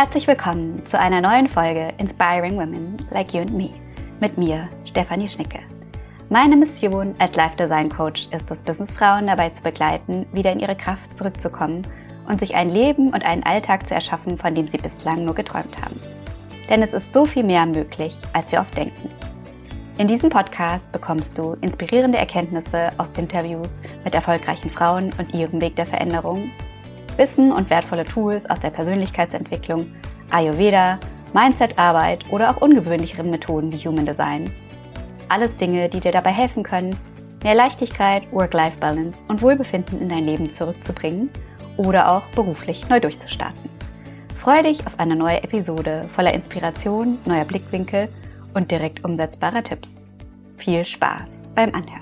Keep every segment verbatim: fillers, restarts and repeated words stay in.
Herzlich willkommen zu einer neuen Folge Inspiring Women Like You and Me mit mir, Stefanie Schnicke. Meine Mission als Life Design Coach ist es, Businessfrauen dabei zu begleiten, wieder in ihre Kraft zurückzukommen und sich ein Leben und einen Alltag zu erschaffen, von dem sie bislang nur geträumt haben. Denn es ist so viel mehr möglich, als wir oft denken. In diesem Podcast bekommst du inspirierende Erkenntnisse aus Interviews mit erfolgreichen Frauen und ihrem Weg der Veränderung, Wissen und wertvolle Tools aus der Persönlichkeitsentwicklung, Ayurveda, Mindset-Arbeit oder auch ungewöhnlicheren Methoden wie Human Design. Alles Dinge, die dir dabei helfen können, mehr Leichtigkeit, Work-Life-Balance und Wohlbefinden in dein Leben zurückzubringen oder auch beruflich neu durchzustarten. Freue dich auf eine neue Episode voller Inspiration, neuer Blickwinkel und direkt umsetzbarer Tipps. Viel Spaß beim Anhören.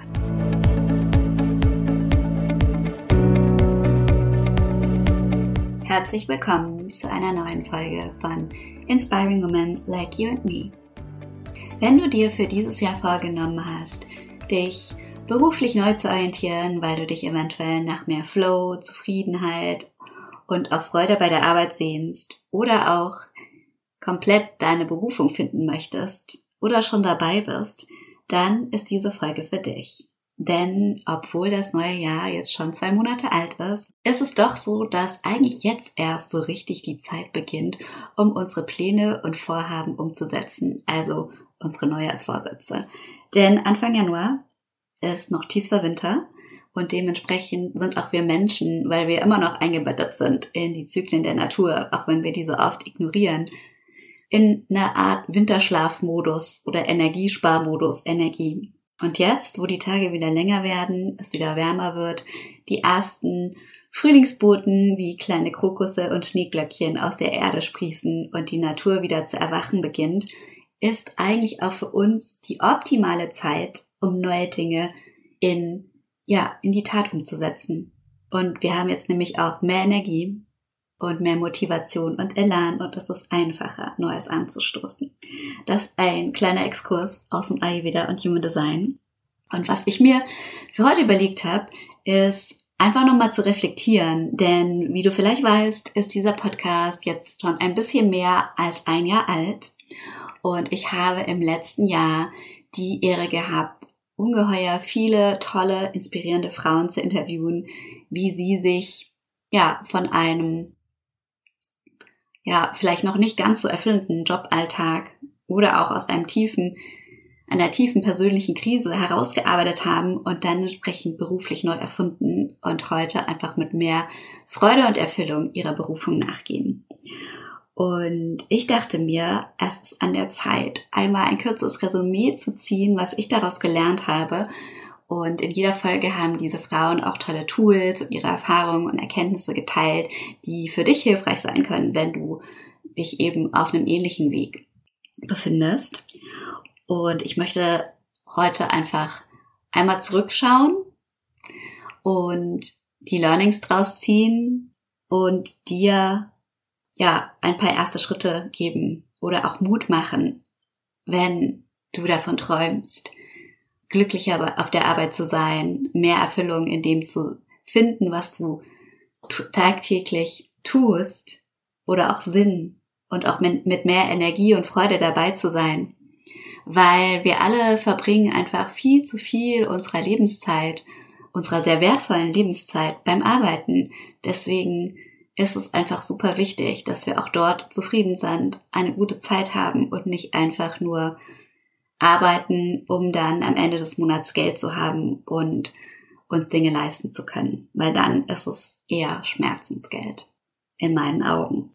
Herzlich willkommen zu einer neuen Folge von Inspiring Women Like You and Me. Wenn du dir für dieses Jahr vorgenommen hast, dich beruflich neu zu orientieren, weil du dich eventuell nach mehr Flow, Zufriedenheit und auch Freude bei der Arbeit sehnst oder auch komplett deine Berufung finden möchtest oder schon dabei bist, dann ist diese Folge für dich. Denn obwohl das neue Jahr jetzt schon zwei Monate alt ist, ist es doch so, dass eigentlich jetzt erst so richtig die Zeit beginnt, um unsere Pläne und Vorhaben umzusetzen, also unsere Neujahrsvorsätze. Denn Anfang Januar ist noch tiefster Winter und dementsprechend sind auch wir Menschen, weil wir immer noch eingebettet sind in die Zyklen der Natur, auch wenn wir diese oft ignorieren, in einer Art Winterschlafmodus oder Energiesparmodus Energie. Und jetzt, wo die Tage wieder länger werden, es wieder wärmer wird, die ersten Frühlingsboten wie kleine Krokusse und Schneeglöckchen aus der Erde sprießen und die Natur wieder zu erwachen beginnt, ist eigentlich auch für uns die optimale Zeit, um neue Dinge in, ja, in die Tat umzusetzen. Und wir haben jetzt nämlich auch mehr Energie und mehr Motivation und Elan und es ist einfacher, Neues anzustoßen. Das ist ein kleiner Exkurs aus dem Ayurveda und Human Design. Und was ich mir für heute überlegt habe, ist einfach nochmal zu reflektieren, denn wie du vielleicht weißt, ist dieser Podcast jetzt schon ein bisschen mehr als ein Jahr alt und ich habe im letzten Jahr die Ehre gehabt, ungeheuer viele tolle, inspirierende Frauen zu interviewen, wie sie sich ja von einem ja, vielleicht noch nicht ganz so erfüllenden Joballtag oder auch aus einem tiefen, einer tiefen persönlichen Krise herausgearbeitet haben und dann entsprechend beruflich neu erfunden und heute einfach mit mehr Freude und Erfüllung ihrer Berufung nachgehen. Und ich dachte mir, es ist an der Zeit, einmal ein kurzes Resümee zu ziehen, was ich daraus gelernt habe. Und in jeder Folge haben diese Frauen auch tolle Tools und ihre Erfahrungen und Erkenntnisse geteilt, die für dich hilfreich sein können, wenn du dich eben auf einem ähnlichen Weg befindest. Und ich möchte heute einfach einmal zurückschauen und die Learnings draus ziehen und dir ja ein paar erste Schritte geben oder auch Mut machen, wenn du davon träumst, glücklicher auf der Arbeit zu sein, mehr Erfüllung in dem zu finden, was du tagtäglich tust oder auch Sinn und auch mit mehr Energie und Freude dabei zu sein, weil wir alle verbringen einfach viel zu viel unserer Lebenszeit, unserer sehr wertvollen Lebenszeit beim Arbeiten. Deswegen ist es einfach super wichtig, dass wir auch dort zufrieden sind, eine gute Zeit haben und nicht einfach nur arbeiten, um dann am Ende des Monats Geld zu haben und uns Dinge leisten zu können. Weil dann ist es eher Schmerzensgeld in meinen Augen.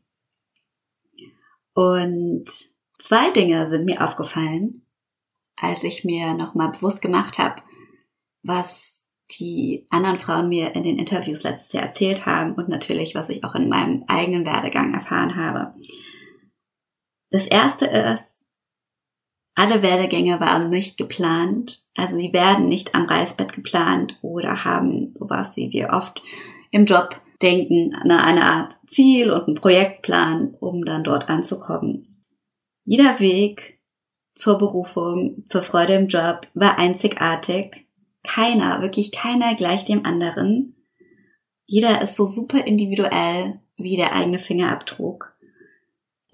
Und zwei Dinge sind mir aufgefallen, als ich mir nochmal bewusst gemacht habe, was die anderen Frauen mir in den Interviews letztes Jahr erzählt haben und natürlich, was ich auch in meinem eigenen Werdegang erfahren habe. Das erste ist, alle Werdegänge waren nicht geplant, also sie werden nicht am Reißbrett geplant oder haben sowas, wie wir oft im Job denken, eine, eine Art Ziel und einen Projektplan, um dann dort anzukommen. Jeder Weg zur Berufung, zur Freude im Job war einzigartig. Keiner, wirklich keiner gleich dem anderen. Jeder ist so super individuell wie der eigene Fingerabdruck.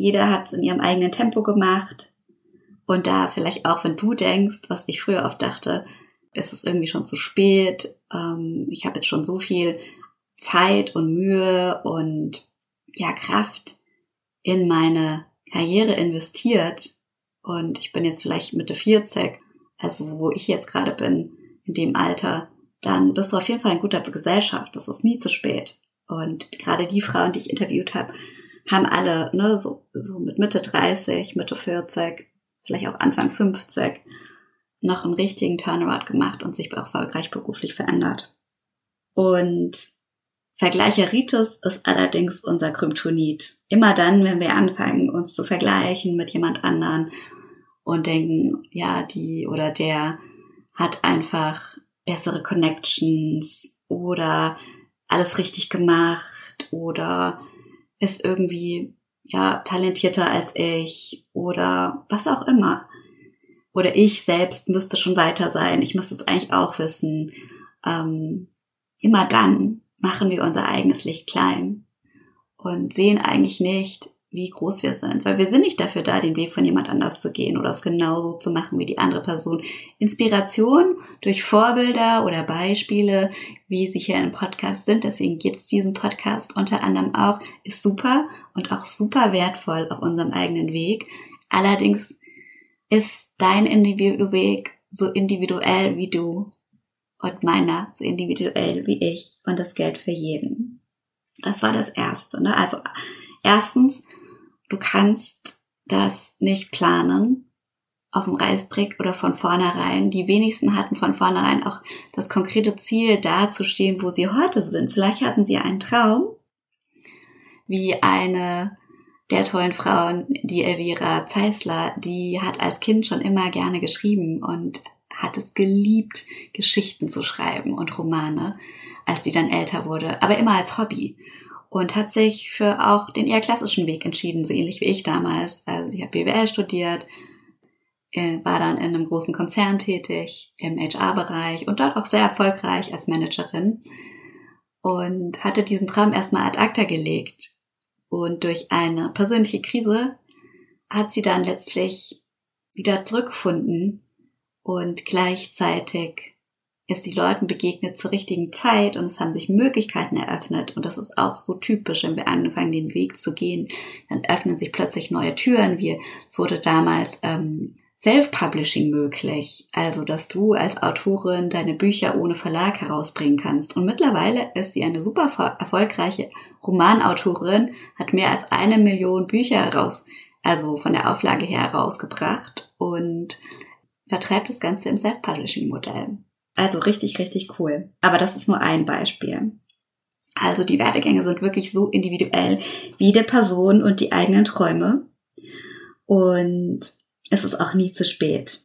jeder hat es in ihrem eigenen Tempo gemacht. Und da vielleicht auch, wenn du denkst, was ich früher oft dachte, ist es irgendwie schon zu spät, ähm, ich habe jetzt schon so viel Zeit und Mühe und ja Kraft in meine Karriere investiert und ich bin jetzt vielleicht Mitte vierzig, also wo ich jetzt gerade bin, in dem Alter, dann bist du auf jeden Fall in guter Gesellschaft. Das ist nie zu spät. Und gerade die Frauen, die ich interviewt habe, haben alle ne, so, so mit Mitte dreißig, Mitte vierzig, vielleicht auch Anfang fünfzig noch einen richtigen Turnaround gemacht und sich auch erfolgreich beruflich verändert. Und Vergleicheritis ist allerdings unser Kryptonit. Immer dann, wenn wir anfangen, uns zu vergleichen mit jemand anderen und denken, ja, die oder der hat einfach bessere Connections oder alles richtig gemacht oder ist irgendwie ja talentierter als ich oder was auch immer. Oder ich selbst müsste schon weiter sein, ich müsste es eigentlich auch wissen. Ähm, immer dann machen wir unser eigenes Licht klein und sehen eigentlich nicht, wie groß wir sind, weil wir sind nicht dafür da, den Weg von jemand anders zu gehen oder es genauso zu machen wie die andere Person. Inspiration durch Vorbilder oder Beispiele, wie sie hier im Podcast sind, deswegen gibt es diesen Podcast unter anderem auch, ist super und auch super wertvoll auf unserem eigenen Weg. Allerdings ist dein Individualweg so individuell wie du und meiner so individuell wie ich und das gilt für jeden. Das war das Erste. Ne? Also erstens, du kannst das nicht planen auf dem Reißbrett oder von vornherein. Die wenigsten hatten von vornherein auch das konkrete Ziel, da zu stehen, wo sie heute sind. Vielleicht hatten sie einen Traum, wie eine der tollen Frauen, die Elvira Zeisler, die hat als Kind schon immer gerne geschrieben und hat es geliebt, Geschichten zu schreiben und Romane, als sie dann älter wurde, aber immer als Hobby. Und hat sich für auch den eher klassischen Weg entschieden, so ähnlich wie ich damals. Also sie hat B W L studiert, war dann in einem großen Konzern tätig, im H R-Bereich und dort auch sehr erfolgreich als Managerin und hatte diesen Traum erstmal ad acta gelegt. Und durch eine persönliche Krise hat sie dann letztlich wieder zurückgefunden und gleichzeitig ist die Leuten begegnet zur richtigen Zeit und es haben sich Möglichkeiten eröffnet und das ist auch so typisch, wenn wir anfangen, den Weg zu gehen, dann öffnen sich plötzlich neue Türen. Wie es wurde damals ähm, Self-Publishing möglich, also dass du als Autorin deine Bücher ohne Verlag herausbringen kannst und mittlerweile ist sie eine super erfolgreiche Romanautorin, hat mehr als eine Million Bücher heraus, also von der Auflage her herausgebracht und vertreibt das Ganze im Self-Publishing-Modell. Also richtig, richtig cool. Aber das ist nur ein Beispiel. Also die Werdegänge sind wirklich so individuell wie jede Person und die eigenen Träume. Und es ist auch nie zu spät.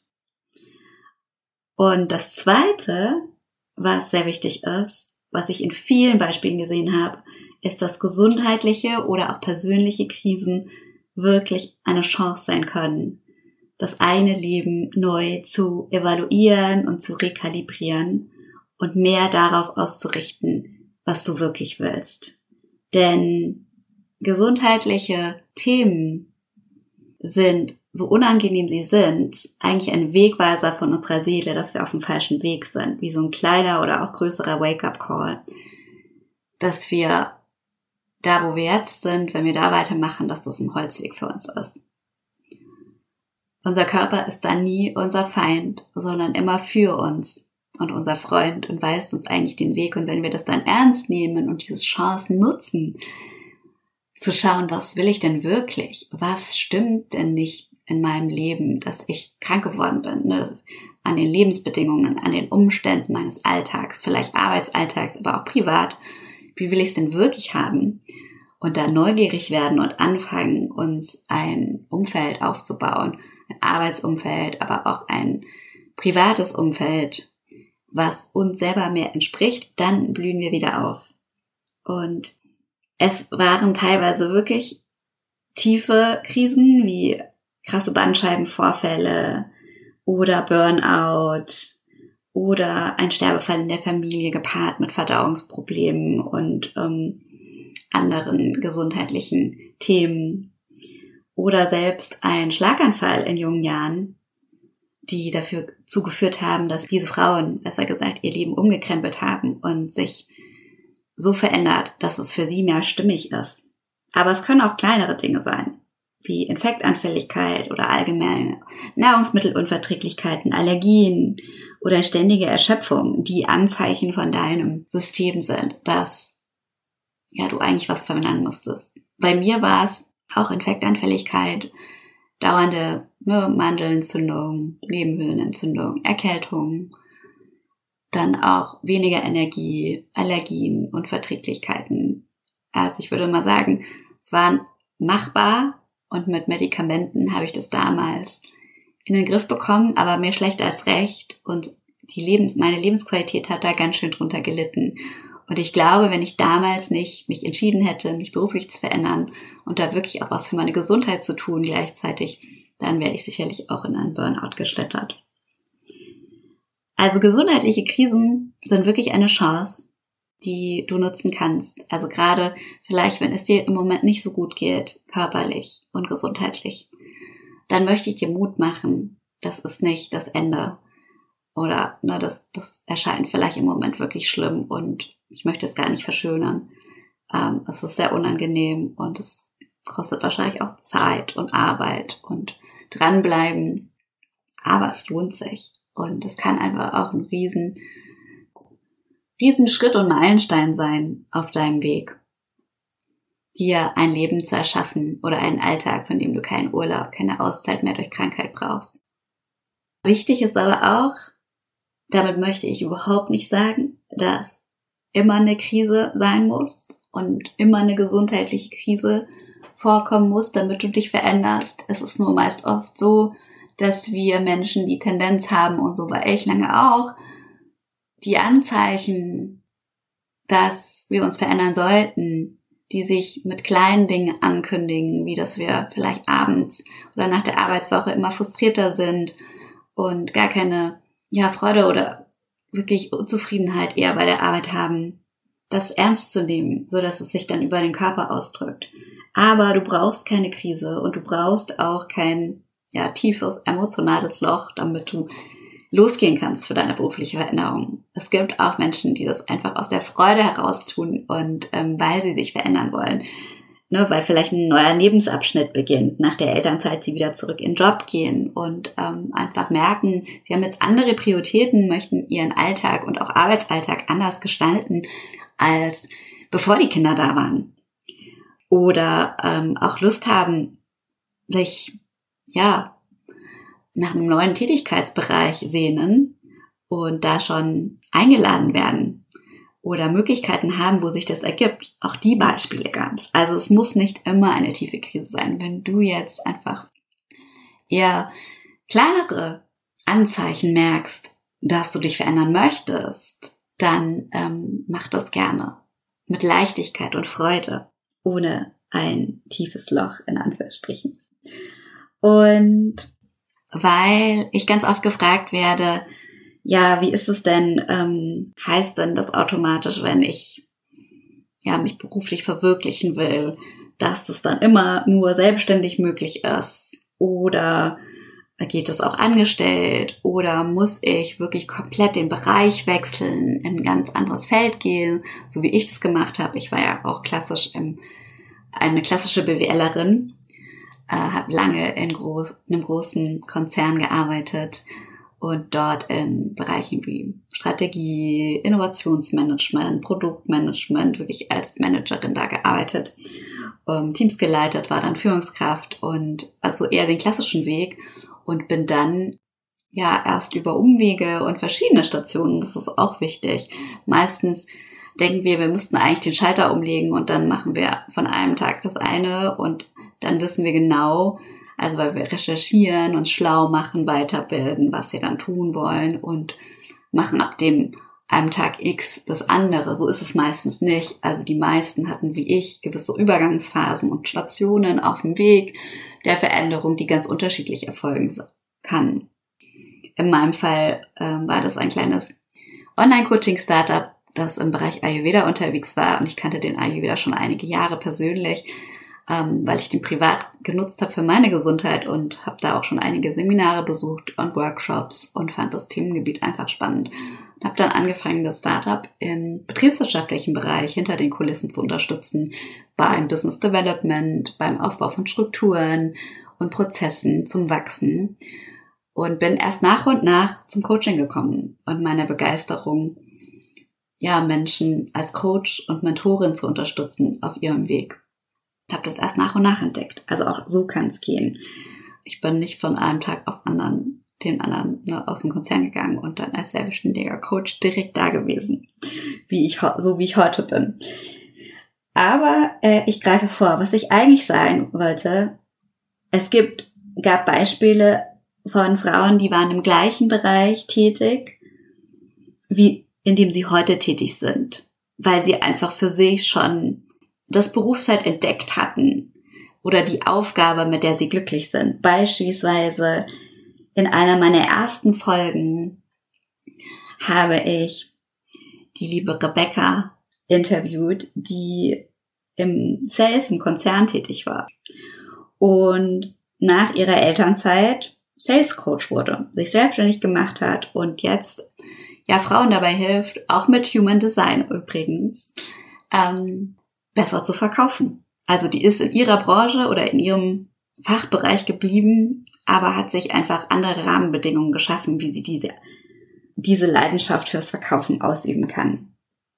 Und das Zweite, was sehr wichtig ist, was ich in vielen Beispielen gesehen habe, ist, dass gesundheitliche oder auch persönliche Krisen wirklich eine Chance sein können, das eigene Leben neu zu evaluieren und zu rekalibrieren und mehr darauf auszurichten, was du wirklich willst. Denn gesundheitliche Themen sind, so unangenehm sie sind, eigentlich ein Wegweiser von unserer Seele, dass wir auf dem falschen Weg sind, wie so ein kleiner oder auch größerer Wake-up-Call, dass wir da, wo wir jetzt sind, wenn wir da weitermachen, dass das ein Holzweg für uns ist. Unser Körper ist da nie unser Feind, sondern immer für uns und unser Freund und weist uns eigentlich den Weg. Und wenn wir das dann ernst nehmen und diese Chancen nutzen, zu schauen, was will ich denn wirklich? Was stimmt denn nicht in meinem Leben, dass ich krank geworden bin? Ne? An den Lebensbedingungen, an den Umständen meines Alltags, vielleicht Arbeitsalltags, aber auch privat. Wie will ich es denn wirklich haben? Und da neugierig werden und anfangen, uns ein Umfeld aufzubauen, ein Arbeitsumfeld, aber auch ein privates Umfeld, was uns selber mehr entspricht, dann blühen wir wieder auf. Und es waren teilweise wirklich tiefe Krisen wie krasse Bandscheibenvorfälle oder Burnout oder ein Sterbefall in der Familie gepaart mit Verdauungsproblemen und ähm, anderen gesundheitlichen Themen. oder selbst ein Schlaganfall in jungen Jahren, die dafür zugeführt haben, dass diese Frauen, besser gesagt, ihr Leben umgekrempelt haben und sich so verändert, dass es für sie mehr stimmig ist. Aber es können auch kleinere Dinge sein, wie Infektanfälligkeit oder allgemeine Nahrungsmittelunverträglichkeiten, Allergien oder ständige Erschöpfung, die Anzeichen von deinem System sind, dass ja du eigentlich was verändern musstest. Bei mir war es auch Infektanfälligkeit, dauernde ne, Mandelentzündung, Nebenhöhlenentzündung, Erkältung, dann auch weniger Energie, Allergien und Verträglichkeiten. Also ich würde mal sagen, es war machbar und mit Medikamenten habe ich das damals in den Griff bekommen, aber mir schlecht als recht und die Lebens, meine Lebensqualität hat da ganz schön drunter gelitten. Und ich glaube, wenn ich damals nicht mich entschieden hätte, mich beruflich zu verändern und da wirklich auch was für meine Gesundheit zu tun gleichzeitig, dann wäre ich sicherlich auch in einen Burnout geschlittert. Also gesundheitliche Krisen sind wirklich eine Chance, die du nutzen kannst. Also gerade vielleicht, wenn es dir im Moment nicht so gut geht, körperlich und gesundheitlich, dann möchte ich dir Mut machen. Das ist nicht das Ende. Oder ne, das, das erscheint vielleicht im Moment wirklich schlimm und ich möchte es gar nicht verschönern. Ähm, es ist sehr unangenehm und es kostet wahrscheinlich auch Zeit und Arbeit und dranbleiben. Aber es lohnt sich und es kann einfach auch ein riesen, riesen Schritt und Meilenstein sein auf deinem Weg, dir ein Leben zu erschaffen oder einen Alltag, von dem du keinen Urlaub, keine Auszeit mehr durch Krankheit brauchst. Wichtig ist aber auch, damit möchte ich überhaupt nicht sagen, dass immer eine Krise sein muss und immer eine gesundheitliche Krise vorkommen muss, damit du dich veränderst. Es ist nur meist oft so, dass wir Menschen die Tendenz haben, und so war ich lange auch, die Anzeichen, dass wir uns verändern sollten, die sich mit kleinen Dingen ankündigen, wie dass wir vielleicht abends oder nach der Arbeitswoche immer frustrierter sind und gar keine ja, Freude oder wirklich Unzufriedenheit eher bei der Arbeit haben, das ernst zu nehmen, so dass es sich dann über den Körper ausdrückt. Aber du brauchst keine Krise und du brauchst auch kein ja, tiefes emotionales Loch, damit du losgehen kannst für deine berufliche Veränderung. Es gibt auch Menschen, die das einfach aus der Freude heraus tun und ähm, weil sie sich verändern wollen. Ne, weil vielleicht ein neuer Lebensabschnitt beginnt, nach der Elternzeit sie wieder zurück in den Job gehen und ähm, einfach merken, sie haben jetzt andere Prioritäten, möchten ihren Alltag und auch Arbeitsalltag anders gestalten, als bevor die Kinder da waren. Oder ähm, auch Lust haben, sich ja nach einem neuen Tätigkeitsbereich sehnen und da schon eingeladen werden. Oder Möglichkeiten haben, wo sich das ergibt. Auch die Beispiele gab es. Also es muss nicht immer eine tiefe Krise sein. Wenn du jetzt einfach eher kleinere Anzeichen merkst, dass du dich verändern möchtest, dann ähm, mach das gerne. Mit Leichtigkeit und Freude. Ohne ein tiefes Loch, in Anführungsstrichen. Und weil ich ganz oft gefragt werde, ja, wie ist es denn, ähm, heißt denn das automatisch, wenn ich ja mich beruflich verwirklichen will, dass es dann immer nur selbstständig möglich ist? Oder geht es auch angestellt? Oder muss ich wirklich komplett den Bereich wechseln, in ein ganz anderes Feld gehen, so wie ich das gemacht habe? Ich war ja auch klassisch im, eine klassische BWLerin, äh, habe lange in, groß, in einem großen Konzern gearbeitet, und dort in Bereichen wie Strategie, Innovationsmanagement, Produktmanagement wirklich als Managerin da gearbeitet, ähm, Teams geleitet, war dann Führungskraft und also eher den klassischen Weg und bin dann ja erst über Umwege und verschiedene Stationen, das ist auch wichtig. Meistens denken wir, wir müssten eigentlich den Schalter umlegen und dann machen wir von einem Tag das eine und dann wissen wir genau, also weil wir recherchieren und schlau machen, weiterbilden, was wir dann tun wollen und machen ab dem einem Tag X das andere. So ist es meistens nicht. Also die meisten hatten wie ich gewisse Übergangsphasen und Stationen auf dem Weg der Veränderung, die ganz unterschiedlich erfolgen kann. In meinem Fall ähm, war das ein kleines Online-Coaching-Startup, das im Bereich Ayurveda unterwegs war und ich kannte den Ayurveda schon einige Jahre persönlich. ähm, weil ich den privat genutzt habe für meine Gesundheit und habe da auch schon einige Seminare besucht und Workshops und fand das Themengebiet einfach spannend. Und habe dann angefangen, das Startup im betriebswirtschaftlichen Bereich hinter den Kulissen zu unterstützen, beim Business Development, beim Aufbau von Strukturen und Prozessen zum Wachsen und bin erst nach und nach zum Coaching gekommen und meiner Begeisterung, ja, Menschen als Coach und Mentorin zu unterstützen auf ihrem Weg. Ich habe das erst nach und nach entdeckt. Also auch so kann es gehen. Ich bin nicht von einem Tag auf anderen, den anderen ne, aus dem Konzern gegangen und dann als selbstständiger Coach direkt da gewesen, wie ich so wie ich heute bin. Aber äh, ich greife vor, was ich eigentlich sagen wollte. Es gibt, gab Beispiele von Frauen, die waren im gleichen Bereich tätig, wie in dem sie heute tätig sind, weil sie einfach für sich schon das Berufsfeld entdeckt hatten oder die Aufgabe, mit der sie glücklich sind. Beispielsweise in einer meiner ersten Folgen habe ich die liebe Rebecca interviewt, die im Sales, im Konzern tätig war und nach ihrer Elternzeit Sales Coach wurde, sich selbstständig gemacht hat und jetzt ja Frauen dabei hilft, auch mit Human Design übrigens, ähm, besser zu verkaufen. Also die ist in ihrer Branche oder in ihrem Fachbereich geblieben, aber hat sich einfach andere Rahmenbedingungen geschaffen, wie sie diese, diese Leidenschaft fürs Verkaufen ausüben kann.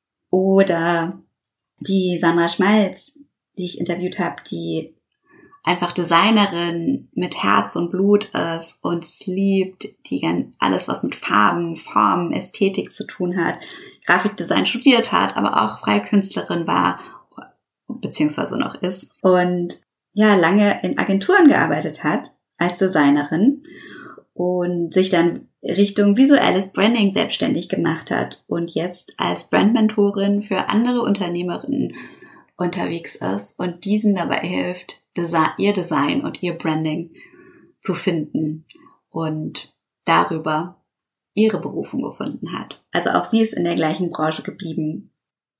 Oder die Sandra Schmalz, die ich interviewt habe, die einfach Designerin mit Herz und Blut ist und es liebt, die alles, was mit Farben, Formen, Ästhetik zu tun hat, Grafikdesign studiert hat, aber auch freie Künstlerin war, beziehungsweise noch ist und ja, lange in Agenturen gearbeitet hat als Designerin und sich dann Richtung visuelles Branding selbstständig gemacht hat und jetzt als Brandmentorin für andere Unternehmerinnen unterwegs ist und diesen dabei hilft, ihr Design und ihr Branding zu finden und darüber ihre Berufung gefunden hat. Also auch sie ist in der gleichen Branche geblieben.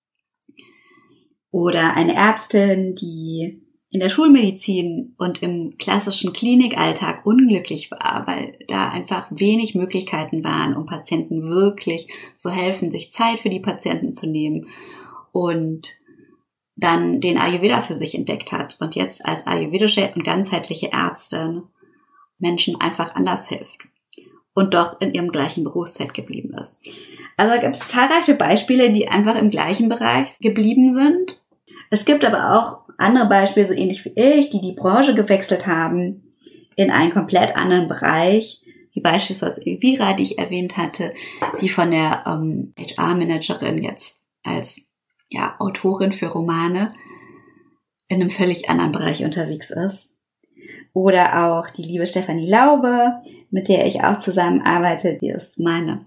Oder eine Ärztin, die in der Schulmedizin und im klassischen Klinikalltag unglücklich war, weil da einfach wenig Möglichkeiten waren, um Patienten wirklich zu helfen, sich Zeit für die Patienten zu nehmen und dann den Ayurveda für sich entdeckt hat und jetzt als ayurvedische und ganzheitliche Ärztin Menschen einfach anders hilft und doch in ihrem gleichen Berufsfeld geblieben ist. Also gibt es zahlreiche Beispiele, die einfach im gleichen Bereich geblieben sind. Es gibt aber auch andere Beispiele, so ähnlich wie ich, die die Branche gewechselt haben in einen komplett anderen Bereich, wie beispielsweise Elvira, die ich erwähnt hatte, die von der ähm, H R-Managerin jetzt als ja, Autorin für Romane in einem völlig anderen Bereich unterwegs ist. Oder auch die liebe Stefanie Laube, mit der ich auch zusammenarbeite. Die ist meine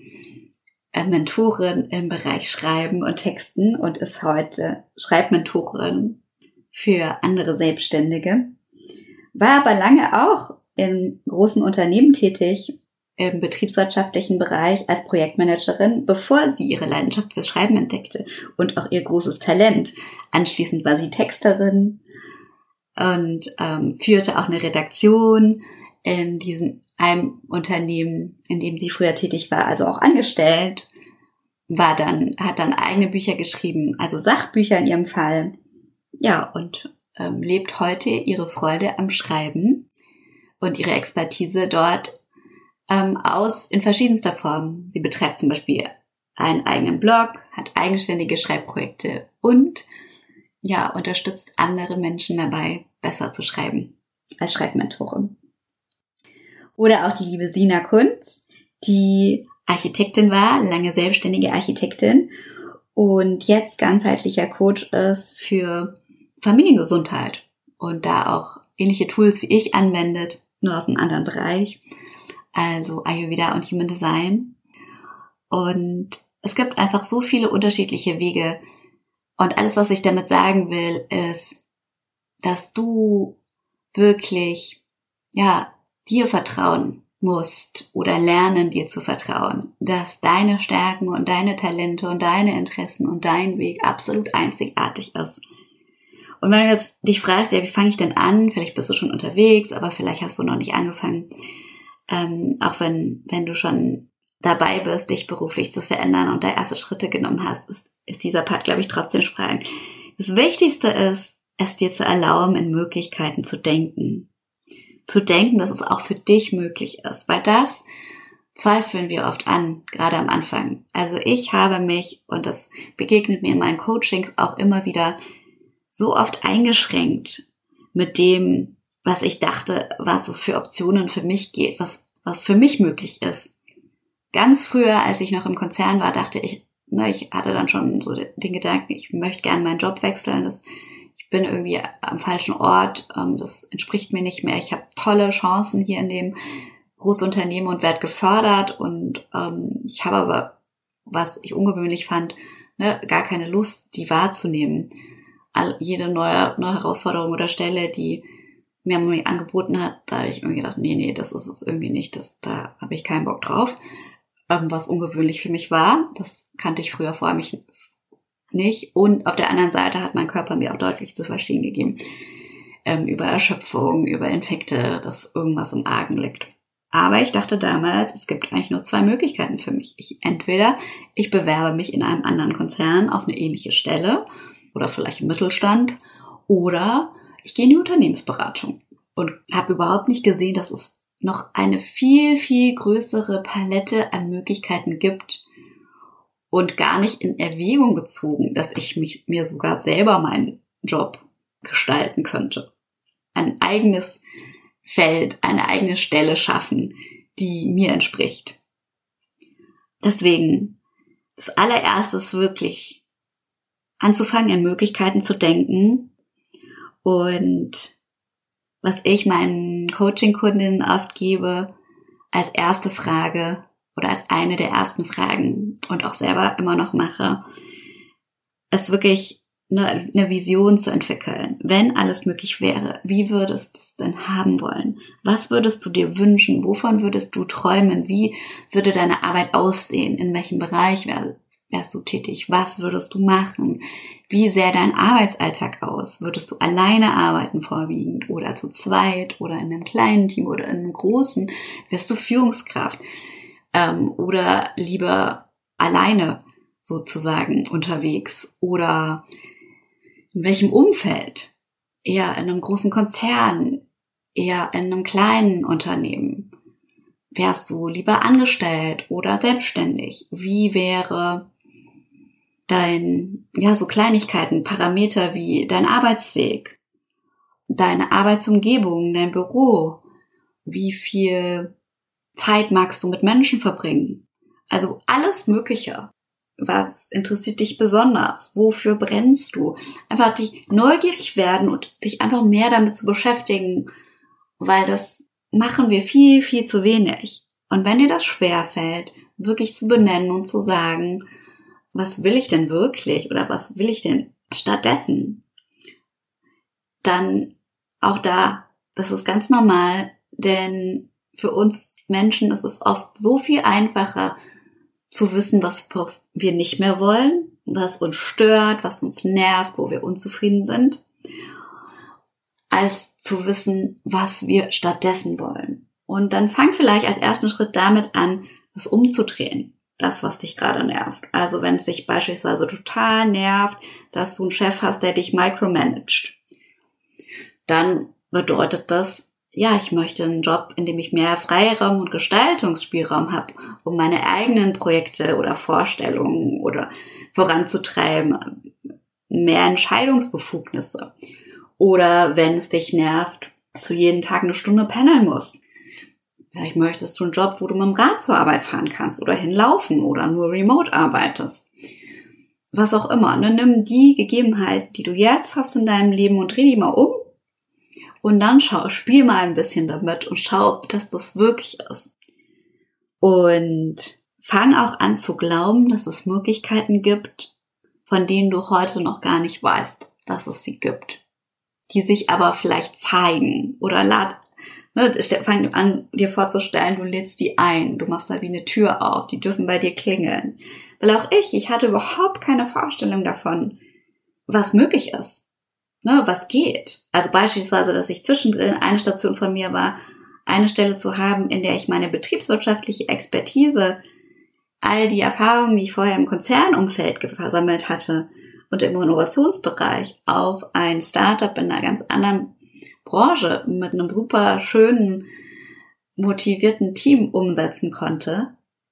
Mentorin im Bereich Schreiben und Texten und ist heute Schreibmentorin für andere Selbstständige. War aber lange auch in großen Unternehmen tätig, im betriebswirtschaftlichen Bereich als Projektmanagerin, bevor sie ihre Leidenschaft fürs Schreiben entdeckte und auch ihr großes Talent. Anschließend war sie Texterin und ähm, führte auch eine Redaktion in diesem einem Unternehmen, in dem sie früher tätig war, also auch angestellt, war dann, hat dann eigene Bücher geschrieben, also Sachbücher in ihrem Fall, ja, und ähm, lebt heute ihre Freude am Schreiben und ihre Expertise dort ähm, aus in verschiedenster Form. Sie betreibt zum Beispiel einen eigenen Blog, hat eigenständige Schreibprojekte und ja, unterstützt andere Menschen dabei, besser zu schreiben als Schreibmentorin. Oder auch die liebe Sina Kunz, die Architektin war, lange selbstständige Architektin und jetzt ganzheitlicher Coach ist für Familiengesundheit und da auch ähnliche Tools wie ich anwendet, nur auf einem anderen Bereich, also Ayurveda und Human Design. Und es gibt einfach so viele unterschiedliche Wege und alles, was ich damit sagen will, ist, dass du wirklich, ja, dir vertrauen musst oder lernen, dir zu vertrauen, dass deine Stärken und deine Talente und deine Interessen und dein Weg absolut einzigartig ist Und wenn du jetzt dich fragst, ja, wie fange ich denn an? Vielleicht bist du schon unterwegs, aber vielleicht hast du noch nicht angefangen. Ähm, auch wenn, wenn du schon dabei bist, dich beruflich zu verändern und da erste Schritte genommen hast, ist, ist dieser Part, glaube ich, trotzdem spannend. Das Wichtigste ist, es dir zu erlauben, in Möglichkeiten zu denken. Zu denken, dass es auch für dich möglich ist, weil das zweifeln wir oft an, gerade am Anfang. Also ich habe mich, und das begegnet mir in meinen Coachings auch immer wieder, so oft eingeschränkt mit dem, was ich dachte, was es für Optionen für mich geht, was, was für mich möglich ist. Ganz früher, als ich noch im Konzern war, dachte ich, na, ich hatte dann schon so den Gedanken, ich möchte gerne meinen Job wechseln, das, ich bin irgendwie am falschen Ort, das entspricht mir nicht mehr, ich habe tolle Chancen hier in dem Großunternehmen und werde gefördert und ähm, ich habe aber, was ich ungewöhnlich fand, ne, gar keine Lust, die wahrzunehmen. All, jede neue, neue Herausforderung oder Stelle, die mir angeboten hat, da habe ich irgendwie gedacht, nee, nee, das ist es irgendwie nicht, das, da habe ich keinen Bock drauf. Ähm, was ungewöhnlich für mich war, das kannte ich früher vor mich nicht. Und auf der anderen Seite hat mein Körper mir auch deutlich zu verstehen gegeben, ähm, über Erschöpfung, über Infekte, dass irgendwas im Argen liegt. Aber ich dachte damals, es gibt eigentlich nur zwei Möglichkeiten für mich. Ich, entweder ich bewerbe mich in einem anderen Konzern auf eine ähnliche Stelle oder vielleicht im Mittelstand oder ich gehe in die Unternehmensberatung und habe überhaupt nicht gesehen, dass es noch eine viel, viel größere Palette an Möglichkeiten gibt und gar nicht in Erwägung gezogen, dass ich mich, mir sogar selber meinen Job gestalten könnte. Ein eigenes Feld, eine eigene Stelle schaffen, die mir entspricht. Deswegen, das allererste ist wirklich anzufangen, in Möglichkeiten zu denken. Und was ich meinen Coaching-Kundinnen oft gebe, als erste Frage oder als eine der ersten Fragen und auch selber immer noch mache, ist wirklich eine, eine Vision zu entwickeln. Wenn alles möglich wäre, wie würdest du es denn haben wollen? Was würdest du dir wünschen? Wovon würdest du träumen? Wie würde deine Arbeit aussehen? In welchem Bereich wär, wärst du tätig? Was würdest du machen? Wie sähe dein Arbeitsalltag aus? Würdest du alleine arbeiten vorwiegend oder zu zweit oder in einem kleinen Team oder in einem großen? Wärst du Führungskraft ähm, oder lieber alleine sozusagen unterwegs oder in welchem Umfeld? Eher in einem großen Konzern, eher in einem kleinen Unternehmen? Wärst du lieber angestellt oder selbstständig? Wie wäre dein, ja, so Kleinigkeiten, Parameter wie dein Arbeitsweg, deine Arbeitsumgebung, dein Büro? Wie viel Zeit magst du mit Menschen verbringen? Also alles Mögliche. Was interessiert dich besonders? Wofür brennst du? Einfach dich neugierig werden und dich einfach mehr damit zu beschäftigen, weil das machen wir viel, viel zu wenig. Und wenn dir das schwerfällt, wirklich zu benennen und zu sagen, was will ich denn wirklich oder was will ich denn stattdessen? Dann auch da, das ist ganz normal, denn für uns Menschen ist es oft so viel einfacher, zu wissen, was wir nicht mehr wollen, was uns stört, was uns nervt, wo wir unzufrieden sind, als zu wissen, was wir stattdessen wollen. Und dann fang vielleicht als ersten Schritt damit an, das umzudrehen, das, was dich gerade nervt. Also wenn es dich beispielsweise total nervt, dass du einen Chef hast, der dich micromanagt, dann bedeutet das, ja, ich möchte einen Job, in dem ich mehr Freiraum und Gestaltungsspielraum habe, um meine eigenen Projekte oder Vorstellungen oder voranzutreiben, mehr Entscheidungsbefugnisse. Oder wenn es dich nervt, dass du jeden Tag eine Stunde pendeln musst. Vielleicht möchtest du einen Job, wo du mit dem Rad zur Arbeit fahren kannst oder hinlaufen oder nur remote arbeitest. Was auch immer. Und dann nimm die Gegebenheiten, die du jetzt hast in deinem Leben und dreh die mal um. Und dann schau, spiel mal ein bisschen damit und schau, dass das wirklich ist. Und fang auch an zu glauben, dass es Möglichkeiten gibt, von denen du heute noch gar nicht weißt, dass es sie gibt. Die sich aber vielleicht zeigen oder lad, ne, fang an, dir vorzustellen, du lädst die ein, du machst da wie eine Tür auf, die dürfen bei dir klingeln. Weil auch ich, ich hatte überhaupt keine Vorstellung davon, was möglich ist. ne, was geht. Also beispielsweise, dass ich zwischendrin eine Station von mir war, eine Stelle zu haben, in der ich meine betriebswirtschaftliche Expertise, all die Erfahrungen, die ich vorher im Konzernumfeld gesammelt hatte und im Innovationsbereich, auf ein Startup in einer ganz anderen Branche mit einem super schönen, motivierten Team umsetzen konnte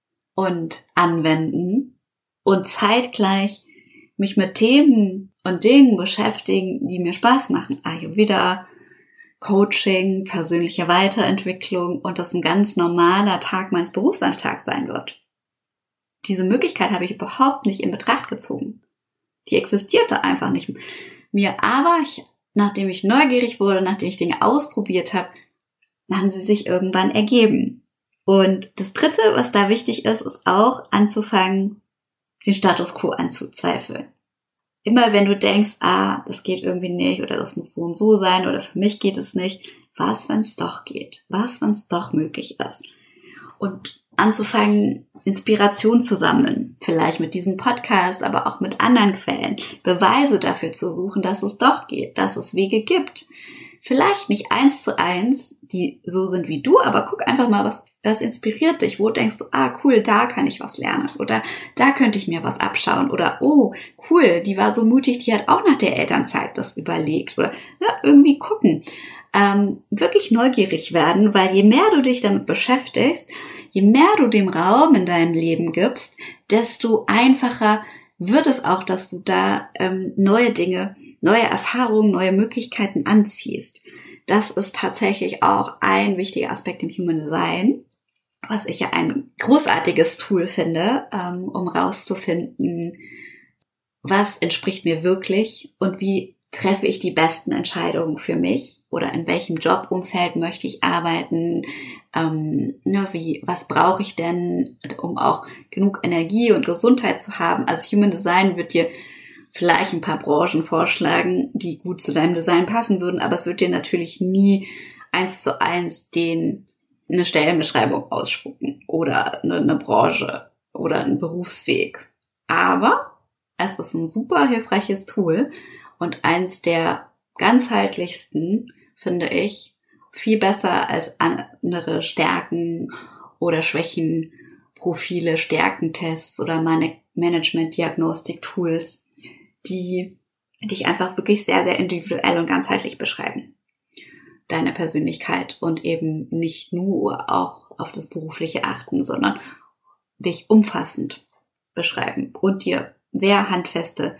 und anwenden und zeitgleich mich mit Themen und Dingen beschäftigen, die mir Spaß machen. Ayurveda, Coaching, persönliche Weiterentwicklung und das ein ganz normaler Tag meines Berufsalltags sein wird. Diese Möglichkeit habe ich überhaupt nicht in Betracht gezogen. Die existierte einfach nicht mir. Aber ich, nachdem ich neugierig wurde, nachdem ich Dinge ausprobiert habe, haben sie sich irgendwann ergeben. Und das Dritte, was da wichtig ist, ist auch anzufangen, den Status quo anzuzweifeln. Immer wenn du denkst, ah, das geht irgendwie nicht oder das muss so und so sein oder für mich geht es nicht, was, wenn es doch geht? Was, wenn es doch möglich ist? Und anzufangen, Inspiration zu sammeln, vielleicht mit diesem Podcast, aber auch mit anderen Quellen, Beweise dafür zu suchen, dass es doch geht, dass es Wege gibt. Vielleicht nicht eins zu eins, die so sind wie du, aber guck einfach mal, was, was inspiriert dich, wo denkst du, ah cool, da kann ich was lernen oder da könnte ich mir was abschauen oder oh cool, die war so mutig, die hat auch nach der Elternzeit das überlegt oder ja, irgendwie gucken. Ähm, wirklich neugierig werden, weil je mehr du dich damit beschäftigst, je mehr du dem Raum in deinem Leben gibst, desto einfacher wird es auch, dass du da ähm, neue Dinge, neue Erfahrungen, neue Möglichkeiten anziehst. Das ist tatsächlich auch ein wichtiger Aspekt im Human Design, was ich ja ein großartiges Tool finde, ähm, um rauszufinden, was entspricht mir wirklich und wie treffe ich die besten Entscheidungen für mich oder in welchem Jobumfeld möchte ich arbeiten, ähm, ne, wie, was brauche ich denn, um auch genug Energie und Gesundheit zu haben. Also Human Design wird dir vielleicht ein paar Branchen vorschlagen, die gut zu deinem Design passen würden, aber es wird dir natürlich nie eins zu eins den eine Stellenbeschreibung ausspucken oder eine, eine Branche oder einen Berufsweg. Aber es ist ein super hilfreiches Tool. Und eins der ganzheitlichsten, finde ich, viel besser als andere Stärken oder Schwächen, Profile, Stärkentests oder Management-Diagnostik-Tools, die dich einfach wirklich sehr, sehr individuell und ganzheitlich beschreiben. Deine Persönlichkeit und eben nicht nur auch auf das Berufliche achten, sondern dich umfassend beschreiben und dir sehr handfeste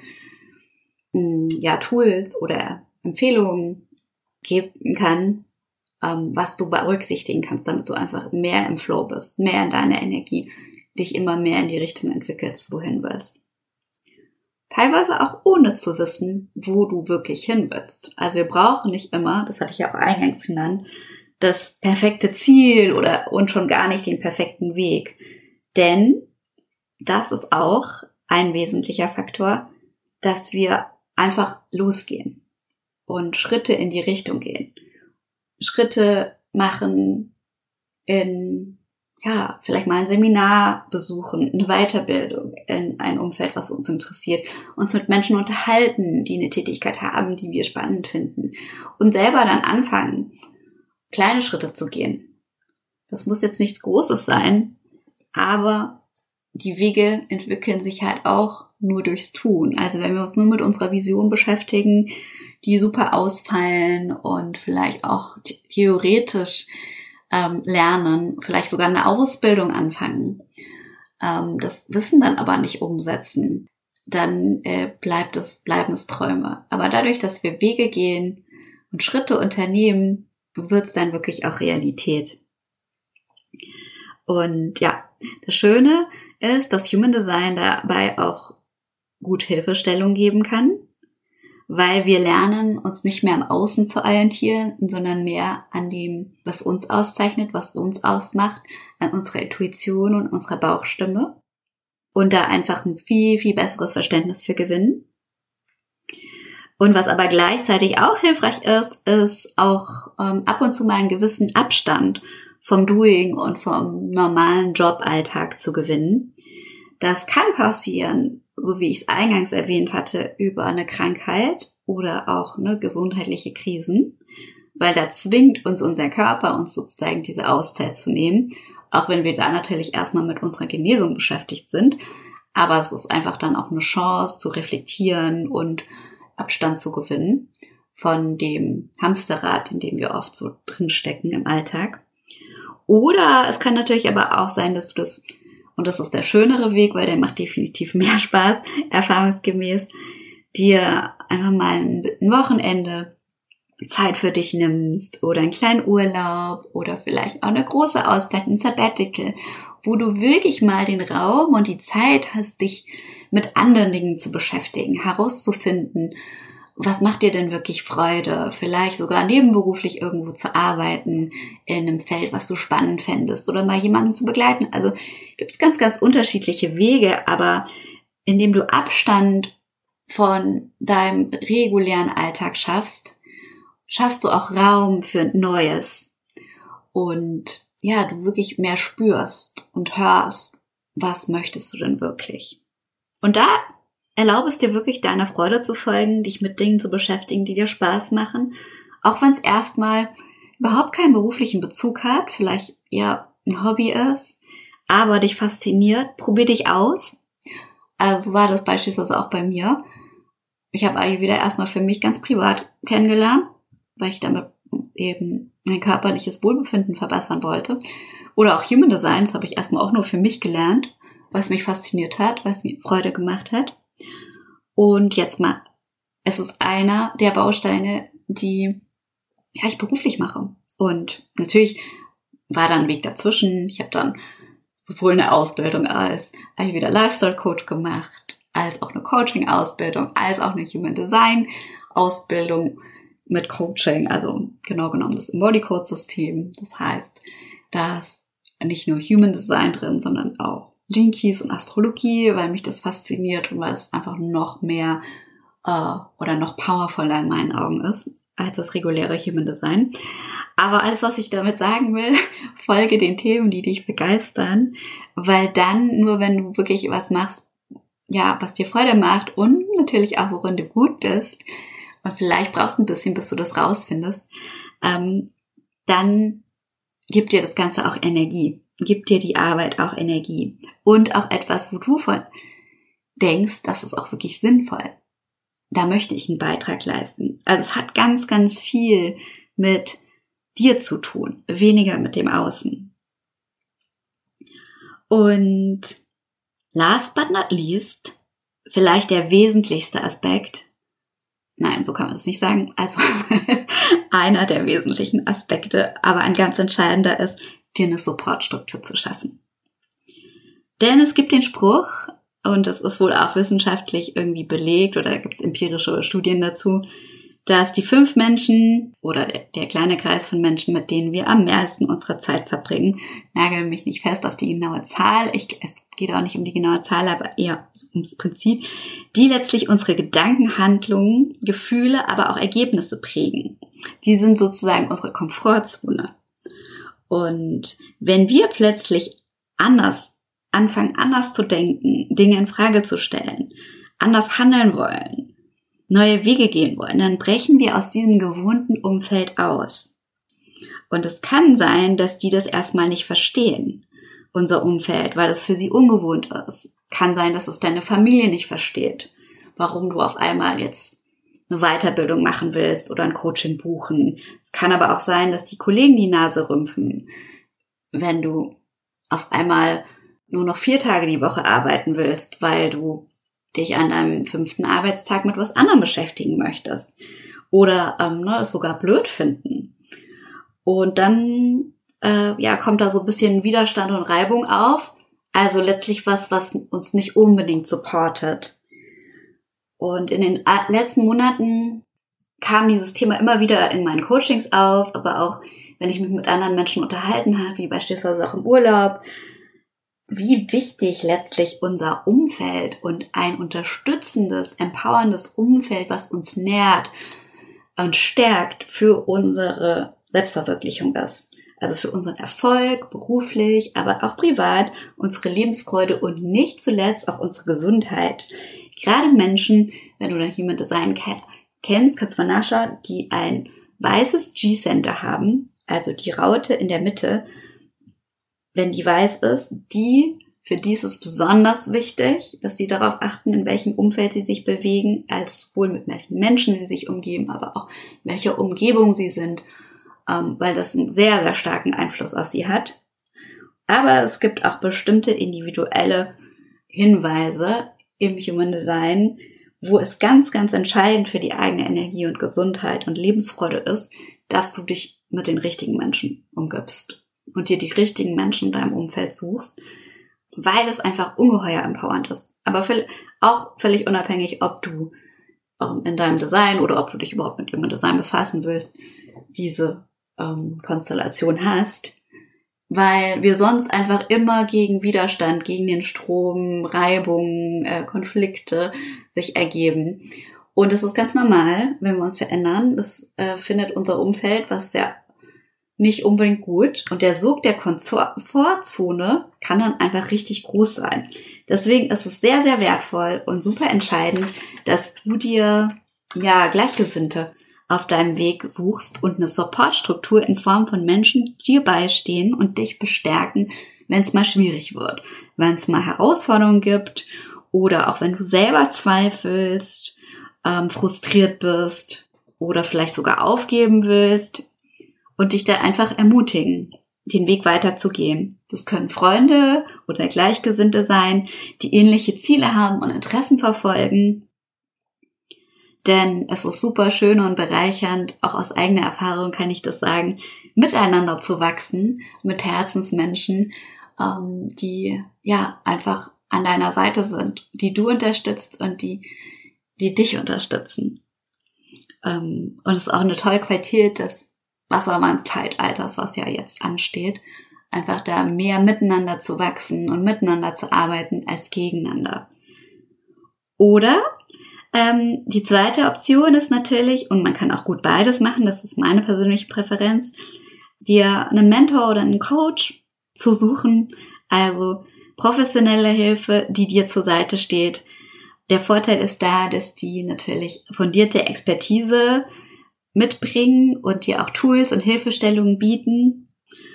ja, Tools oder Empfehlungen geben kann, ähm, was du berücksichtigen kannst, damit du einfach mehr im Flow bist, mehr in deiner Energie, dich immer mehr in die Richtung entwickelst, wo du hin willst. Teilweise auch ohne zu wissen, wo du wirklich hin willst. Also wir brauchen nicht immer, das hatte ich ja auch eingangs genannt, das perfekte Ziel oder und schon gar nicht den perfekten Weg. Denn das ist auch ein wesentlicher Faktor, dass wir einfach losgehen und Schritte in die Richtung gehen. Schritte machen in, ja, vielleicht mal ein Seminar besuchen, eine Weiterbildung in ein Umfeld, was uns interessiert, uns mit Menschen unterhalten, die eine Tätigkeit haben, die wir spannend finden und selber dann anfangen, kleine Schritte zu gehen. Das muss jetzt nichts Großes sein, aber die Wege entwickeln sich halt auch nur durchs Tun. Also wenn wir uns nur mit unserer Vision beschäftigen, die super ausfallen und vielleicht auch theoretisch ähm, lernen, vielleicht sogar eine Ausbildung anfangen, ähm, das Wissen dann aber nicht umsetzen, dann äh, bleibt es, bleiben es Träume. Aber dadurch, dass wir Wege gehen und Schritte unternehmen, wird es dann wirklich auch Realität. Und ja, das Schöne ist, dass Human Design dabei auch gut Hilfestellung geben kann, weil wir lernen, uns nicht mehr am Außen zu orientieren, sondern mehr an dem, was uns auszeichnet, was uns ausmacht, an unserer Intuition und unserer Bauchstimme und da einfach ein viel, viel besseres Verständnis für gewinnen. Und was aber gleichzeitig auch hilfreich ist, ist auch ähm, ab und zu mal einen gewissen Abstand vom Doing und vom normalen Joballtag zu gewinnen. Das kann passieren, so wie ich es eingangs erwähnt hatte, über eine Krankheit oder auch ne, gesundheitliche Krisen, weil da zwingt uns unser Körper, uns sozusagen diese Auszeit zu nehmen, auch wenn wir da natürlich erstmal mit unserer Genesung beschäftigt sind. Aber es ist einfach dann auch eine Chance zu reflektieren und Abstand zu gewinnen von dem Hamsterrad, in dem wir oft so drinstecken im Alltag. Oder es kann natürlich aber auch sein, dass du das, und das ist der schönere Weg, weil der macht definitiv mehr Spaß, erfahrungsgemäß, dir einfach mal ein Wochenende Zeit für dich nimmst oder einen kleinen Urlaub oder vielleicht auch eine große Auszeit, ein Sabbatical, wo du wirklich mal den Raum und die Zeit hast, dich mit anderen Dingen zu beschäftigen, herauszufinden, was macht dir denn wirklich Freude, vielleicht sogar nebenberuflich irgendwo zu arbeiten, in einem Feld, was du spannend fändest oder mal jemanden zu begleiten. Also gibt es ganz, ganz unterschiedliche Wege, aber indem du Abstand von deinem regulären Alltag schaffst, schaffst du auch Raum für Neues und ja, du wirklich mehr spürst und hörst, was möchtest du denn wirklich. Und da erlaube es dir wirklich, deiner Freude zu folgen, dich mit Dingen zu beschäftigen, die dir Spaß machen, auch wenn es erstmal überhaupt keinen beruflichen Bezug hat, vielleicht eher ein Hobby ist, aber dich fasziniert. Probier dich aus. Also so war das beispielsweise auch bei mir. Ich habe Ayurveda erstmal für mich ganz privat kennengelernt, weil ich damit eben mein körperliches Wohlbefinden verbessern wollte. Oder auch Human Design, das habe ich erstmal auch nur für mich gelernt, was mich fasziniert hat, was mir Freude gemacht hat. Und jetzt mal, es ist einer der Bausteine, die ja, ich beruflich mache. Und natürlich war da ein Weg dazwischen. Ich habe dann sowohl eine Ausbildung als Ayurveda Lifestyle Coach gemacht, als auch eine Coaching-Ausbildung, als auch eine Human Design Ausbildung mit Coaching, also genau genommen das Embody-Code-System. Das heißt, da ist nicht nur Human Design drin, sondern auch Gene Keys und Astrologie, weil mich das fasziniert und weil es einfach noch mehr äh, oder noch powervoller in meinen Augen ist als das reguläre Human Design. Aber alles, was ich damit sagen will, folge den Themen, die dich begeistern, weil dann, nur wenn du wirklich was machst, ja, was dir Freude macht und natürlich auch, worin du gut bist, und vielleicht brauchst du ein bisschen, bis du das rausfindest, ähm, dann gibt dir das Ganze auch Energie. Gibt dir die Arbeit auch Energie. Und auch etwas, wo du von denkst, das ist auch wirklich sinnvoll. Da möchte ich einen Beitrag leisten. Also es hat ganz, ganz viel mit dir zu tun, weniger mit dem Außen. Und last but not least, vielleicht der wesentlichste Aspekt, nein, so kann man das nicht sagen, also einer der wesentlichen Aspekte, aber ein ganz entscheidender ist, dir eine Supportstruktur zu schaffen. Denn es gibt den Spruch, und das ist wohl auch wissenschaftlich irgendwie belegt, oder da gibt es empirische Studien dazu, dass die fünf Menschen oder der, der kleine Kreis von Menschen, mit denen wir am meisten unsere Zeit verbringen, nagel mich nicht fest auf die genaue Zahl, ich, es geht auch nicht um die genaue Zahl, aber eher ums Prinzip, die letztlich unsere Gedanken, Handlungen, Gefühle, aber auch Ergebnisse prägen. Die sind sozusagen unsere Komfortzone. Und wenn wir plötzlich anders anfangen, anders zu denken, Dinge in Frage zu stellen, anders handeln wollen, neue Wege gehen wollen, dann brechen wir aus diesem gewohnten Umfeld aus. Und es kann sein, dass die das erstmal nicht verstehen, unser Umfeld, weil es für sie ungewohnt ist. Kann sein, dass es deine Familie nicht versteht, warum du auf einmal jetzt eine Weiterbildung machen willst oder ein Coaching buchen. Es kann aber auch sein, dass die Kollegen die Nase rümpfen, wenn du auf einmal nur noch vier Tage die Woche arbeiten willst, weil du dich an deinem fünften Arbeitstag mit was anderem beschäftigen möchtest. Oder ähm, ne, es sogar blöd finden. Und dann äh, ja, kommt da so ein bisschen Widerstand und Reibung auf. Also letztlich was, was uns nicht unbedingt supportet. Und in den letzten Monaten kam dieses Thema immer wieder in meinen Coachings auf, aber auch, wenn ich mich mit anderen Menschen unterhalten habe, wie beispielsweise auch im Urlaub, wie wichtig letztlich unser Umfeld und ein unterstützendes, empowerndes Umfeld, was uns nährt und stärkt für unsere Selbstverwirklichung ist. Also für unseren Erfolg, beruflich, aber auch privat, unsere Lebensfreude und nicht zuletzt auch unsere Gesundheit. Gerade Menschen, wenn du dein Human Design kennst, kannst du mal nachschauen, die ein weißes G-Center haben, also die Raute in der Mitte, wenn die weiß ist, die, für die ist es besonders wichtig, dass die darauf achten, in welchem Umfeld sie sich bewegen, als wohl mit welchen Menschen sie sich umgeben, aber auch in welcher Umgebung sie sind, ähm, weil das einen sehr, sehr starken Einfluss auf sie hat. Aber es gibt auch bestimmte individuelle Hinweise im Human Design, wo es ganz, ganz entscheidend für die eigene Energie und Gesundheit und Lebensfreude ist, dass du dich mit den richtigen Menschen umgibst und dir die richtigen Menschen in deinem Umfeld suchst, weil es einfach ungeheuer empowernd ist. Aber auch völlig unabhängig, ob du in deinem Design oder ob du dich überhaupt mit Human Design befassen willst, diese ähm, Konstellation hast, weil wir sonst einfach immer gegen Widerstand, gegen den Strom, Reibungen, äh, Konflikte sich ergeben. Und es ist ganz normal, wenn wir uns verändern. Das äh, findet unser Umfeld, was ja nicht unbedingt gut. Und der Sog der Komfortzone kann dann einfach richtig groß sein. Deswegen ist es sehr, sehr wertvoll und super entscheidend, dass du dir ja Gleichgesinnte auf deinem Weg suchst und eine Supportstruktur in Form von Menschen, die dir beistehen und dich bestärken, wenn es mal schwierig wird, wenn es mal Herausforderungen gibt oder auch wenn du selber zweifelst, ähm, frustriert bist oder vielleicht sogar aufgeben willst und dich da einfach ermutigen, den Weg weiterzugehen. Das können Freunde oder Gleichgesinnte sein, die ähnliche Ziele haben und Interessen verfolgen. Denn es ist super schön und bereichernd, auch aus eigener Erfahrung kann ich das sagen, miteinander zu wachsen, mit Herzensmenschen, ähm, die ja einfach an deiner Seite sind, die du unterstützt und die, die dich unterstützen. Ähm, und es ist auch eine tolle Qualität des Wassermann-Zeitalters, was ja jetzt ansteht, einfach da mehr miteinander zu wachsen und miteinander zu arbeiten als gegeneinander. Oder Ähm, die zweite Option ist natürlich, und man kann auch gut beides machen, das ist meine persönliche Präferenz, dir einen Mentor oder einen Coach zu suchen, also professionelle Hilfe, die dir zur Seite steht. Der Vorteil ist da, dass die natürlich fundierte Expertise mitbringen und dir auch Tools und Hilfestellungen bieten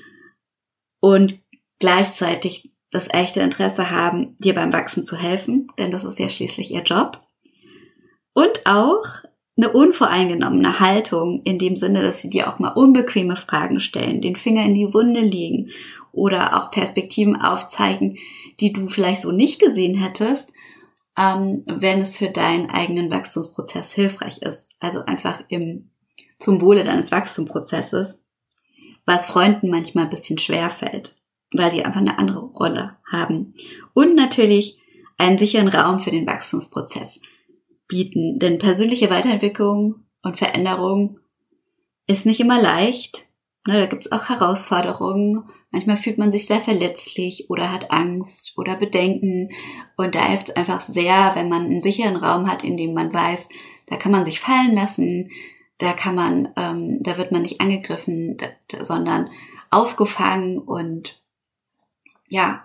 und gleichzeitig das echte Interesse haben, dir beim Wachsen zu helfen, denn das ist ja schließlich ihr Job. Und auch eine unvoreingenommene Haltung in dem Sinne, dass sie dir auch mal unbequeme Fragen stellen, den Finger in die Wunde legen oder auch Perspektiven aufzeigen, die du vielleicht so nicht gesehen hättest, ähm, wenn es für deinen eigenen Wachstumsprozess hilfreich ist. Also einfach im, zum Wohle deines Wachstumsprozesses, was Freunden manchmal ein bisschen schwer fällt, weil die einfach eine andere Rolle haben. Und natürlich einen sicheren Raum für den Wachstumsprozess bieten, denn persönliche Weiterentwicklung und Veränderung ist nicht immer leicht. Ne, da gibt es auch Herausforderungen. Manchmal fühlt man sich sehr verletzlich oder hat Angst oder Bedenken und da hilft es einfach sehr, wenn man einen sicheren Raum hat, in dem man weiß, da kann man sich fallen lassen, da kann man, ähm, da wird man nicht angegriffen, da, da, sondern aufgefangen und ja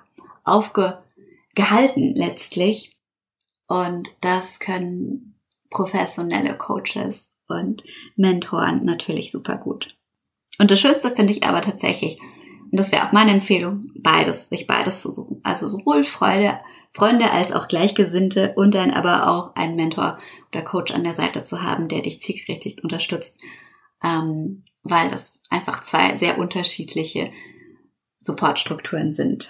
aufgehalten letztlich. Und das können professionelle Coaches und Mentoren natürlich super gut. Und das Schönste finde ich aber tatsächlich, und das wäre auch meine Empfehlung, beides, sich beides zu suchen. Also sowohl Freude, Freunde als auch Gleichgesinnte und dann aber auch einen Mentor oder Coach an der Seite zu haben, der dich zielgerichtet unterstützt, ähm, weil das einfach zwei sehr unterschiedliche Supportstrukturen sind.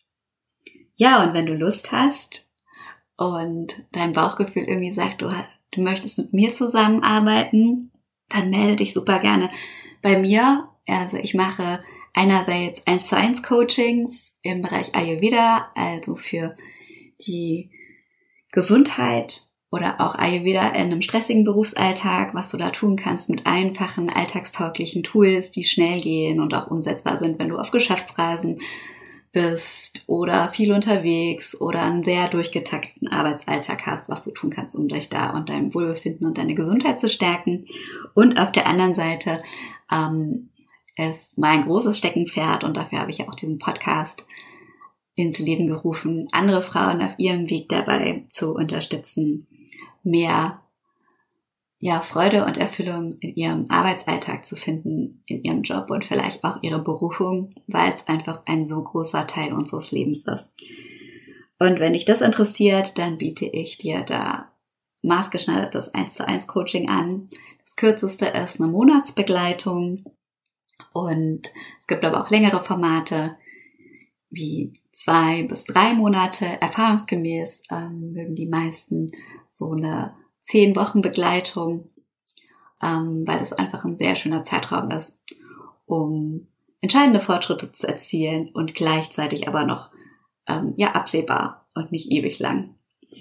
Ja, und wenn du Lust hast, und dein Bauchgefühl irgendwie sagt, du, du möchtest mit mir zusammenarbeiten, dann melde dich super gerne bei mir. Also ich mache einerseits eins zu eins Coachings im Bereich Ayurveda, also für die Gesundheit oder auch Ayurveda in einem stressigen Berufsalltag, was du da tun kannst mit einfachen, alltagstauglichen Tools, die schnell gehen und auch umsetzbar sind, wenn du auf Geschäftsreisen bist oder viel unterwegs oder einen sehr durchgetakteten Arbeitsalltag hast, was du tun kannst, um dich da und dein Wohlbefinden und deine Gesundheit zu stärken. Und auf der anderen Seite ähm, ist mein großes Steckenpferd, und dafür habe ich ja auch diesen Podcast ins Leben gerufen, andere Frauen auf ihrem Weg dabei zu unterstützen, mehr ja, Freude und Erfüllung in ihrem Arbeitsalltag zu finden, in ihrem Job und vielleicht auch ihre Berufung, weil es einfach ein so großer Teil unseres Lebens ist. Und wenn dich das interessiert, dann biete ich dir da maßgeschneidertes eins zu eins Coaching an. Das kürzeste ist eine Monatsbegleitung und es gibt aber auch längere Formate wie zwei bis drei Monate. Erfahrungsgemäß ähm, mögen die meisten so eine zehn Wochen Begleitung, ähm, weil es einfach ein sehr schöner Zeitraum ist, um entscheidende Fortschritte zu erzielen und gleichzeitig aber noch ähm, ja absehbar und nicht ewig lang.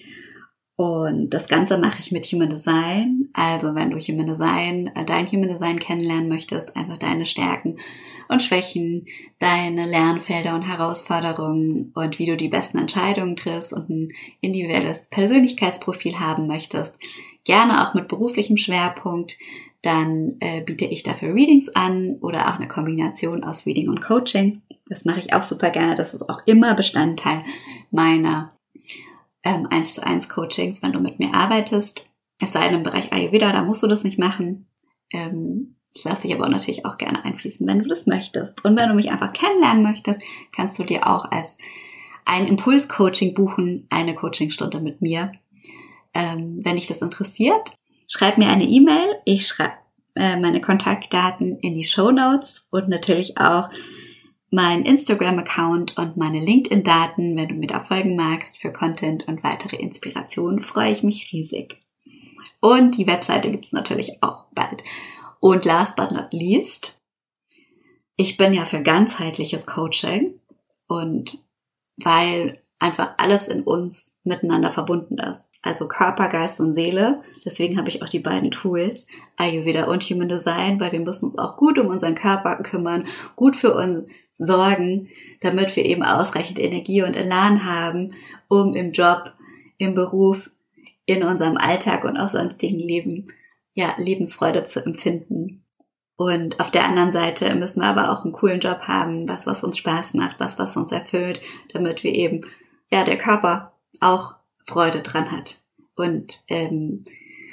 Und das Ganze mache ich mit Human Design. Also wenn du Human Design, äh, dein Human Design kennenlernen möchtest, einfach deine Stärken und Schwächen, deine Lernfelder und Herausforderungen und wie du die besten Entscheidungen triffst und ein individuelles Persönlichkeitsprofil haben möchtest, gerne auch mit beruflichem Schwerpunkt, dann äh, biete ich dafür Readings an oder auch eine Kombination aus Reading und Coaching. Das mache ich auch super gerne. Das ist auch immer Bestandteil meiner ähm, eins zu eins Coachings, wenn du mit mir arbeitest. Es sei denn im Bereich Ayurveda, da musst du das nicht machen. Ähm, das lasse ich aber natürlich auch gerne einfließen, wenn du das möchtest. Und wenn du mich einfach kennenlernen möchtest, kannst du dir auch als ein Impuls-Coaching buchen, eine Coachingstunde mit mir. Ähm, wenn dich das interessiert, schreib mir eine E-Mail. Ich schreibe äh, meine Kontaktdaten in die Shownotes und natürlich auch mein Instagram-Account und meine LinkedIn-Daten, wenn du mir da folgen magst für Content und weitere Inspirationen, freue ich mich riesig. Und die Webseite gibt es natürlich auch bald. Und last but not least, ich bin ja für ganzheitliches Coaching und weil einfach alles in uns miteinander verbunden ist. Also Körper, Geist und Seele. Deswegen habe ich auch die beiden Tools, Ayurveda und Human Design, weil wir müssen uns auch gut um unseren Körper kümmern, gut für uns sorgen, damit wir eben ausreichend Energie und Elan haben, um im Job, im Beruf, in unserem Alltag und auch sonstigen Leben, ja, Lebensfreude zu empfinden. Und auf der anderen Seite müssen wir aber auch einen coolen Job haben, was, was uns Spaß macht, was, was uns erfüllt, damit wir eben, ja, der Körper auch Freude dran hat und ähm,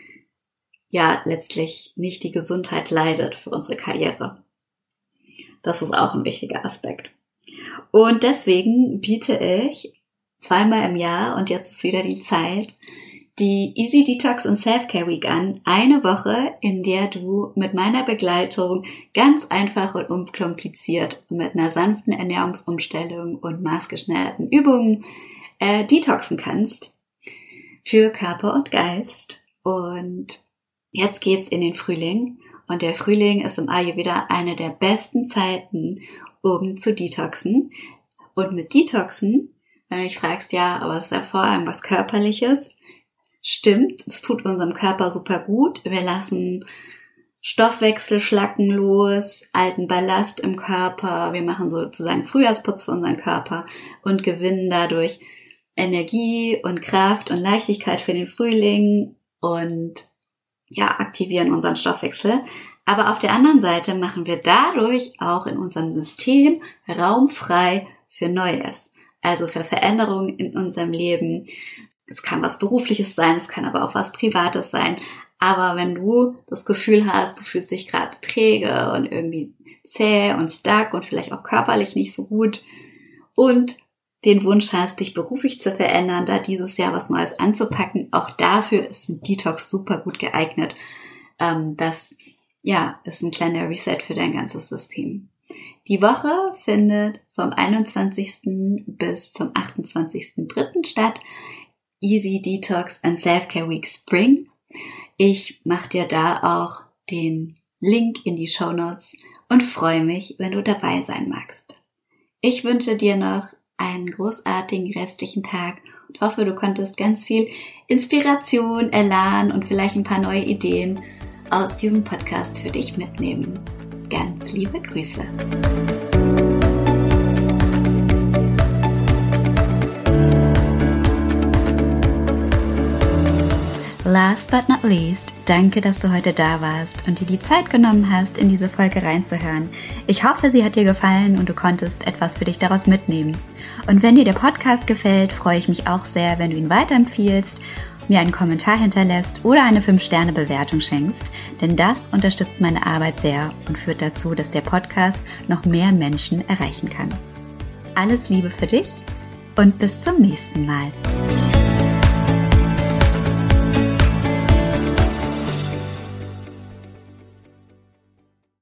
ja, letztlich nicht die Gesundheit leidet für unsere Karriere. Das ist auch ein wichtiger Aspekt. Und deswegen biete ich zweimal im Jahr, und jetzt ist wieder die Zeit, die Easy Detox and Self-Care Week an. Eine Woche, in der du mit meiner Begleitung ganz einfach und unkompliziert mit einer sanften Ernährungsumstellung und maßgeschneiderten Übungen äh, detoxen kannst für Körper und Geist. Und jetzt geht's in den Frühling. Und der Frühling ist im Ayurveda eine der besten Zeiten, um zu detoxen. Und mit Detoxen, wenn du dich fragst, ja, aber es ist ja vor allem was Körperliches, stimmt, es tut unserem Körper super gut. Wir lassen Stoffwechselschlacken los, alten Ballast im Körper. Wir machen sozusagen Frühjahrsputz für unseren Körper und gewinnen dadurch Energie und Kraft und Leichtigkeit für den Frühling und ja, aktivieren unseren Stoffwechsel. Aber auf der anderen Seite machen wir dadurch auch in unserem System Raum frei für Neues. Also für Veränderungen in unserem Leben. Es kann was Berufliches sein, es kann aber auch was Privates sein. Aber wenn du das Gefühl hast, du fühlst dich gerade träge und irgendwie zäh und stuck und vielleicht auch körperlich nicht so gut und den Wunsch hast, dich beruflich zu verändern, da dieses Jahr was Neues anzupacken, auch dafür ist ein Detox super gut geeignet. Das, ja, ist ein kleiner Reset für dein ganzes System. Die Woche findet vom einundzwanzigsten bis zum achtundzwanzigsten dritten statt. Easy Detox and Self-Care Week Spring. Ich mache dir da auch den Link in die Shownotes und freue mich, wenn du dabei sein magst. Ich wünsche dir noch einen großartigen restlichen Tag und hoffe, du konntest ganz viel Inspiration, Elan und vielleicht ein paar neue Ideen aus diesem Podcast für dich mitnehmen. Ganz liebe Grüße. Last but not least, danke, dass du heute da warst und dir die Zeit genommen hast, in diese Folge reinzuhören. Ich hoffe, sie hat dir gefallen und du konntest etwas für dich daraus mitnehmen. Und wenn dir der Podcast gefällt, freue ich mich auch sehr, wenn du ihn weiterempfiehlst mir einen Kommentar hinterlässt oder eine fünf Sterne Bewertung schenkst, denn das unterstützt meine Arbeit sehr und führt dazu, dass der Podcast noch mehr Menschen erreichen kann. Alles Liebe für dich und bis zum nächsten Mal.